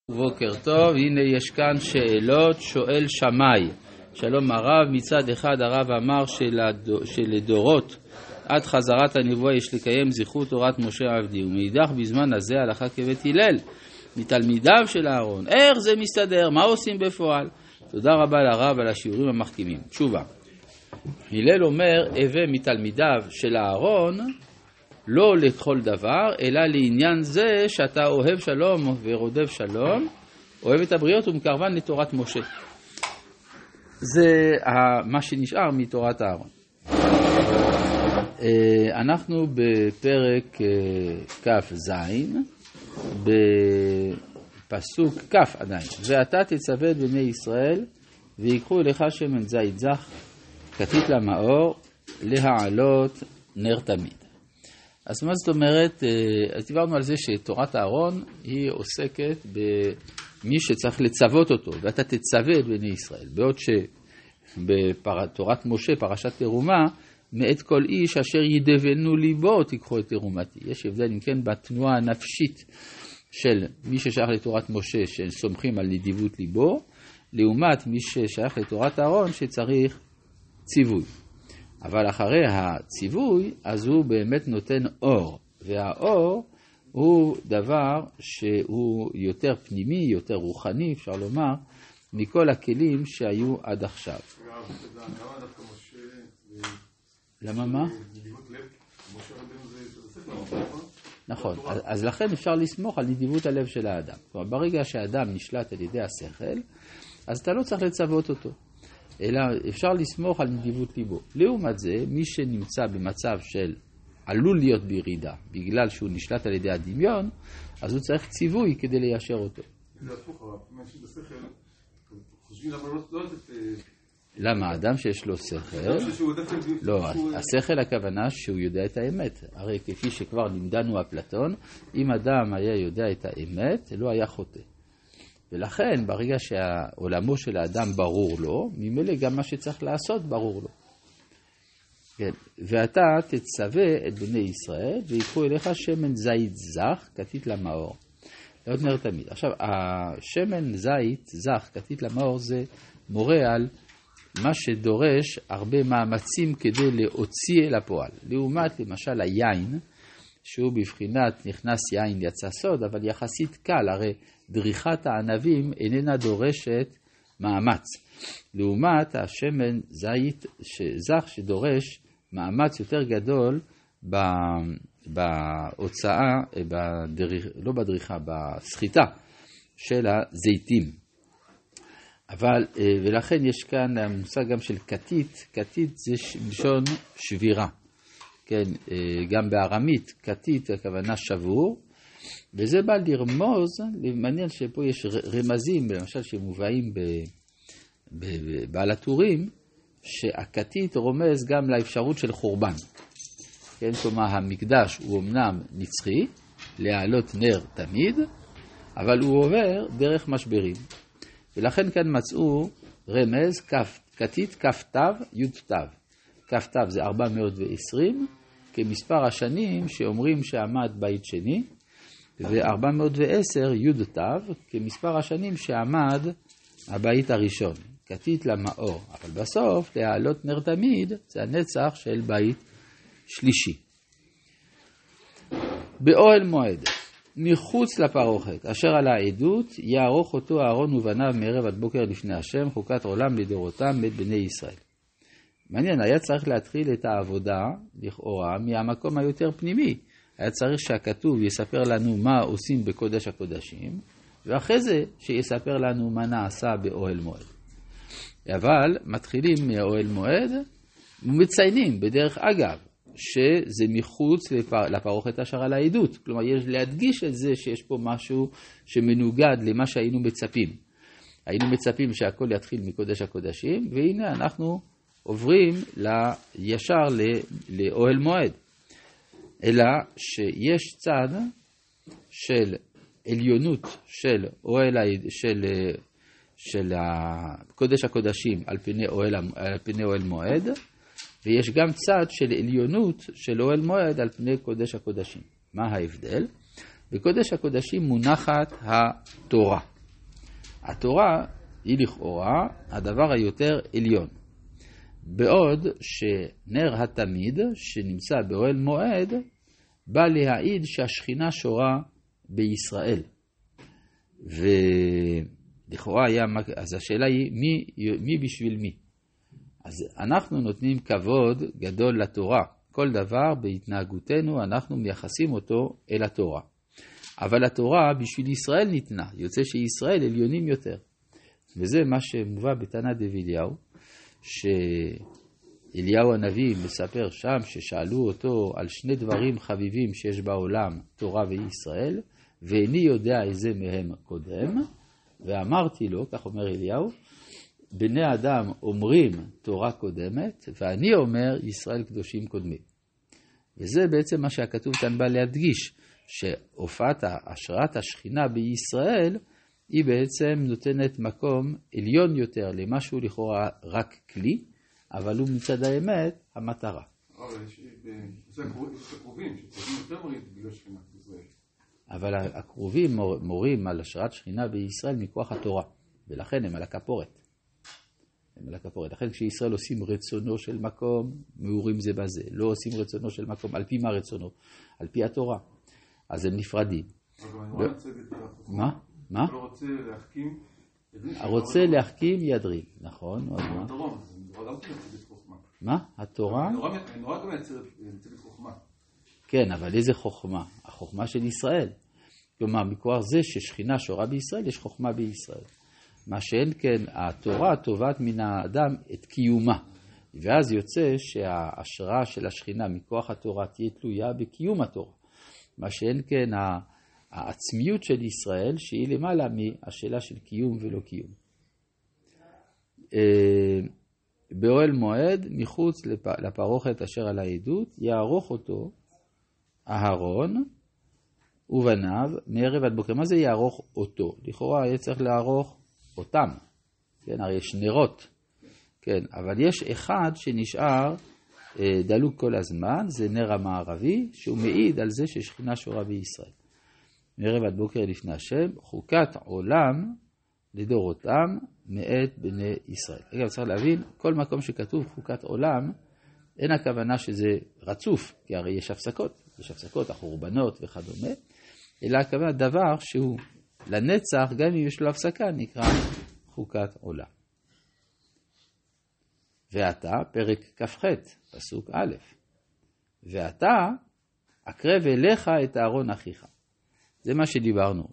בוקר טוב, הנה יש כאן שאלות, שואל שמאי. שלום הרב, מצד אחד הרב אמר שלדורות עד חזרת הנבואה יש לקיים זכות תורת משה עבדי, ומאידך בזמן הזה הלכה כבית הלל מתלמידיו של אהרון. איך זה מסתדר? מה עושים בפועל? תודה רבה לרב על השיעורים המחכימים. תשובה, הלל אומר הווה מתלמידיו של אהרון לא לכל דבר, אלא לעניין זה שאתה אוהב שלום ורודף שלום, אוהב את הבריות ומקרבן לתורת משה. זה מה שנשאר מתורת אהרון. אנחנו בפרק כ"ז, בפסוק כ' עדיין. ואתה תצווה את בני ישראל, ויקחו אליך שמן זית זך, כתית למאור, להעלות נר תמיד. אז מה זאת אומרת? אז דיברנו על זה שתורת אהרון היא עוסקת במי שצריך לצוות אותו, ואתה תצווה את בני ישראל. בעוד שבתורת משה, פרשת תרומה, מאת כל איש אשר ידבנו ליבו תיקחו את תרומתי. יש הבדל אם כן בתנועה הנפשית של מי ששייך לתורת משה שסומכים על נדיבות ליבו, לעומת מי ששייך לתורת אהרון שצריך ציווי. אבל אחרי הציווי, אז הוא באמת נותן אור. והאור הוא דבר שהוא יותר פנימי, יותר רוחני, אפשר לומר, מכל הכלים שהיו עד עכשיו. למה מה? נכון, אז לכן אפשר לסמוך על נדיבות הלב של האדם. כלומר, ברגע שהאדם נשלט על ידי השכל, אז אתה לא צריך לצוות אותו. אלא אפשר לסמוך על נדיבות ליבו. לעומת זה, מי שנמצא במצב של עלול להיות בירידה, בגלל שהוא נשלט על ידי הדמיון, אז הוא צריך ציווי כדי ליישר אותו. זה הפוך, אבל אנשים בשכל, חושבים למה לא לתת... למה? אדם שיש לו שכל... לא, השכל הכוונה שהוא יודע את האמת. הרי כפי שכבר לימדנו אפלטון, אם אדם היה יודע את האמת, לא היה חוטא. ולכן, ברגע שהעולמו של האדם ברור לו, ממילא גם מה שצריך לעשות ברור לו. כן. ואתה תצווה את בני ישראל, ויקחו אליך שמן זית זך, כתית למאור. לא תנר תמיד. עכשיו, השמן זית זך, כתית למאור, זה מורה על מה שדורש הרבה מאמצים כדי להוציא אל הפועל. לעומת, למשל, היין, שהוא בבחינת נכנס יין יצא סוד, אבל יחסית קל, הרי דריכת הענבים איננה דורשת מאמץ. לעומת השמן זית זך שדורש מאמץ יותר גדול בהוצאה, לא בדריכה, בסחיטה של הזיתים. אבל, ולכן יש כאן המושג גם של כתית. כתית זה לשון שבירה. כן, גם בארמית, כתית הכוונה שבור, וזה בא לרמוז, מעניין שפה יש רמזים, למשל שמובאים בעל הטורים, שהכתית רומז גם לאפשרות של חורבן. כן, כלומר המקדש הוא אמנם נצחי, להעלות נר תמיד, אבל הוא עובר דרך משברים. ולכן כאן מצאו רמז, כתית כתב י"תו. כתב זה 420, כמספר השנים שאומרים שעמד בית שני, ו-410 י"תו, כמספר השנים שעמד הבית הראשון. כתית למאור, אבל בסוף להעלות נר תמיד, זה הנצח של בית שלישי. באוהל מועד, מחוץ לפרוכת, אשר על העדות, יערוך אותו אהרון ובניו מערב עד בוקר לפני השם, חוקת עולם לדורותם את בני ישראל. מעניין, היה צריך להתחיל את העבודה, לכאורה, מהמקום היותר פנימי. היה צריך שהכתוב יספר לנו מה עושים בקודש הקודשים, ואחרי זה שיספר לנו מה נעשה באוהל מועד. אבל מתחילים מאוהל מועד, ומציינים בדרך אגב, שזה מחוץ לפרוכת אשר על העדות. כלומר, יש להדגיש את זה שיש פה משהו שמנוגד למה שהיינו מצפים. היינו מצפים שהכל יתחיל מקודש הקודשים, והנה אנחנו עוברים ישר לאוהל מועד. אלא שיש צד של עליונות של של קודש הקודשים על פני אוהל מועד, ויש גם צד של עליונות של אוהל מועד על פני קודש הקודשים. מה ההבדל? בקודש הקודשים מונחת התורה. התורה היא לכאורה הדבר היותר עליון. בעוד שנר התמיד שנמצא באוהל מועד בא להעיד שהשכינה שורה בישראל. ולכאורה אז השאלה היא מי בשביל מי? אז אנחנו נותנים כבוד גדול לתורה. כל דבר בהתנהגותנו אנחנו מייחסים אותו אל התורה. אבל התורה בשביל ישראל ניתנה, יוצא שישראל עליונים יותר. וזה מה שמובא בתנא דאביליהו, שאליהו הנביא מספר שם ששאלו אותו על שני דברים חביבים שיש בעולם, תורה וישראל, ואיני יודע איזה מהם קודם, ואמרתי לו, כך אומר אליהו, בני אדם אומרים תורה קודמת, ואני אומר ישראל קדושים קודמים. וזה בעצם מה שהכתוב כאן בא להדגיש, שהופעת השראת השכינה בישראל, היא בעצם נותנת מקום עליון יותר למשהו לכאורה רק כלי, אבל הוא מצד האמת המטרה. זה הקרובים, שקרובים יותר מורים בגלל שכינה בישראל. אבל הקרובים מורים על השראת שכינה בישראל מכוח התורה, ולכן הם על הכפורת. לכן כשישראל עושים רצונו של מקום, מאורים זה בזה. לא עושים רצונו של מקום, על פי מה רצונו? על פי התורה. אז הם נפרדים. מה? מה? הרוצה להחכים ידרים. נכון. מה? התורה? הנורא גם מייצגת חוכמה. כן, אבל איזה חוכמה? החוכמה של ישראל. כלומר, מכוח זה ששכינה שורה בישראל, יש חוכמה בישראל. מה שאין כן, התורה תובעת מן האדם את קיומה. ואז יוצא שההשראה של השכינה מכוח התורה תהיה תלויה בקיום התורה. מה שאין כן, העצמיות של ישראל שהיא למעלה מהשאלה של קיום ולא קיום. באוהל מועד, מחוץ לפרוכת אשר על העדות, יערוך אותו אהרון ובניו מערב עד בוקר. מה זה יערוך אותו? לכאורה היה צריך לערוך אותם, כן, הרי יש נרות, כן, אבל יש אחד שנשאר דלוק כל הזמן, זה נר המערבי, שהוא מעיד על זה ששכינה שורה בישראל. מערב עד בוקר לפני השם, חוקת עולם לדורותם מאת בני ישראל. אגב, צריך להבין, כל מקום שכתוב חוקת עולם, אין הכוונה שזה רצוף, כי הרי יש הפסקות, החורבנות וכדומה, אלא הכוונה דבר שהוא לנצח, גם אם יש לו הפסקה, נקרא חוקת עולם. ואתה, פרק כ"ח, פסוק א', ואתה אקרב אליך את אהרון אחיך. זה מה שדיברנו,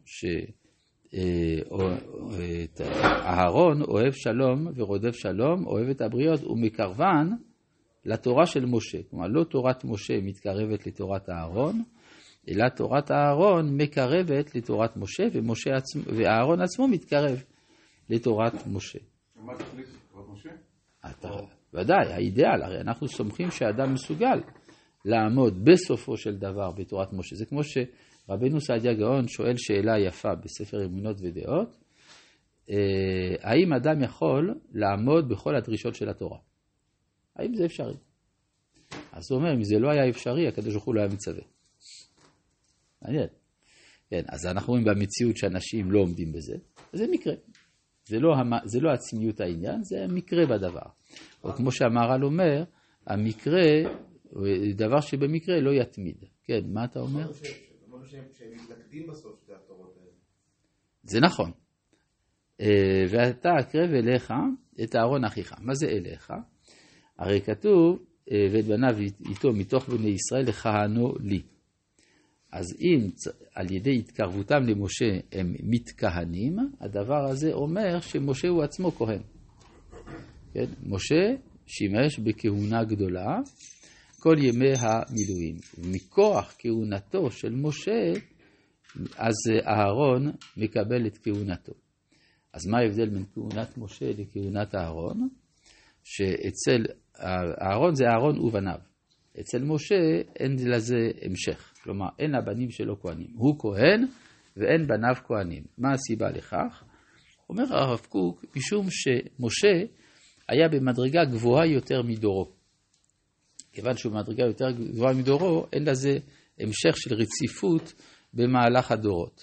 שאהרון אוהב שלום ורודף שלום, אוהב את הבריות ומקרבן לתורה של משה. כלומר, לא תורת משה מתקרבת לתורת אהרון, אלא תורת אהרון מקרבת לתורת משה, ואהרון עצמו מתקרב לתורת משה. מה תחליט לתורת משה? ודאי, האידאל, הרי אנחנו סומכים שהאדם מסוגל לעמוד בסופו של דבר בתורת משה. זה כמו שרבנו סעדיה גאון שואל שאלה יפה בספר אמונות ודעות, האם אדם יכול לעמוד בכל הדרישות של התורה? האם זה אפשרי? אז הוא אומר, אם זה לא היה אפשרי, הקדוש ברוך הוא לא היה מצווה. מעניין. כן, אז אנחנו רואים במציאות שאנשים לא עומדים בזה, זה מקרה. זה לא עצמיות העניין, זה מקרה בדבר. או כמו שהמהר"ל אומר, המקרה, דבר שבמקרה לא יתמיד. כן, מה אתה אומר? אמרנו שהם מתלכדים בסוף שתי התורות האלה. זה נכון. ואתה אקרב אליך את אהרון אחיך. מה זה אליך? הרי כתוב, ואת בניו איתו מתוך בני ישראל לכהנו לי. אז אם על ידי התקרבותם למשה הם מתכהנים, הדבר הזה אומר שמשה הוא עצמו כהן. כן? משה שימש בכהונה גדולה כל ימי המילואים. מכוח כהונתו של משה, אז אהרון מקבל את כהונתו. אז מה ההבדל בין כהונת משה לכהונת אהרון? שאצל אהרון זה אהרון ובניו. אצל משה אין לזה המשך. כלומר, אין הבנים שלו כהנים. הוא כהן ואין בניו כהנים. מה הסיבה לכך? אומר הרב קוק, משום שמשה היה במדרגה גבוהה יותר מדורו. כיוון שהוא במדרגה יותר גבוהה מדורו, אין לזה המשך של רציפות במהלך הדורות.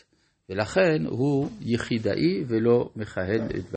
ולכן הוא יחידאי ולא מכהן את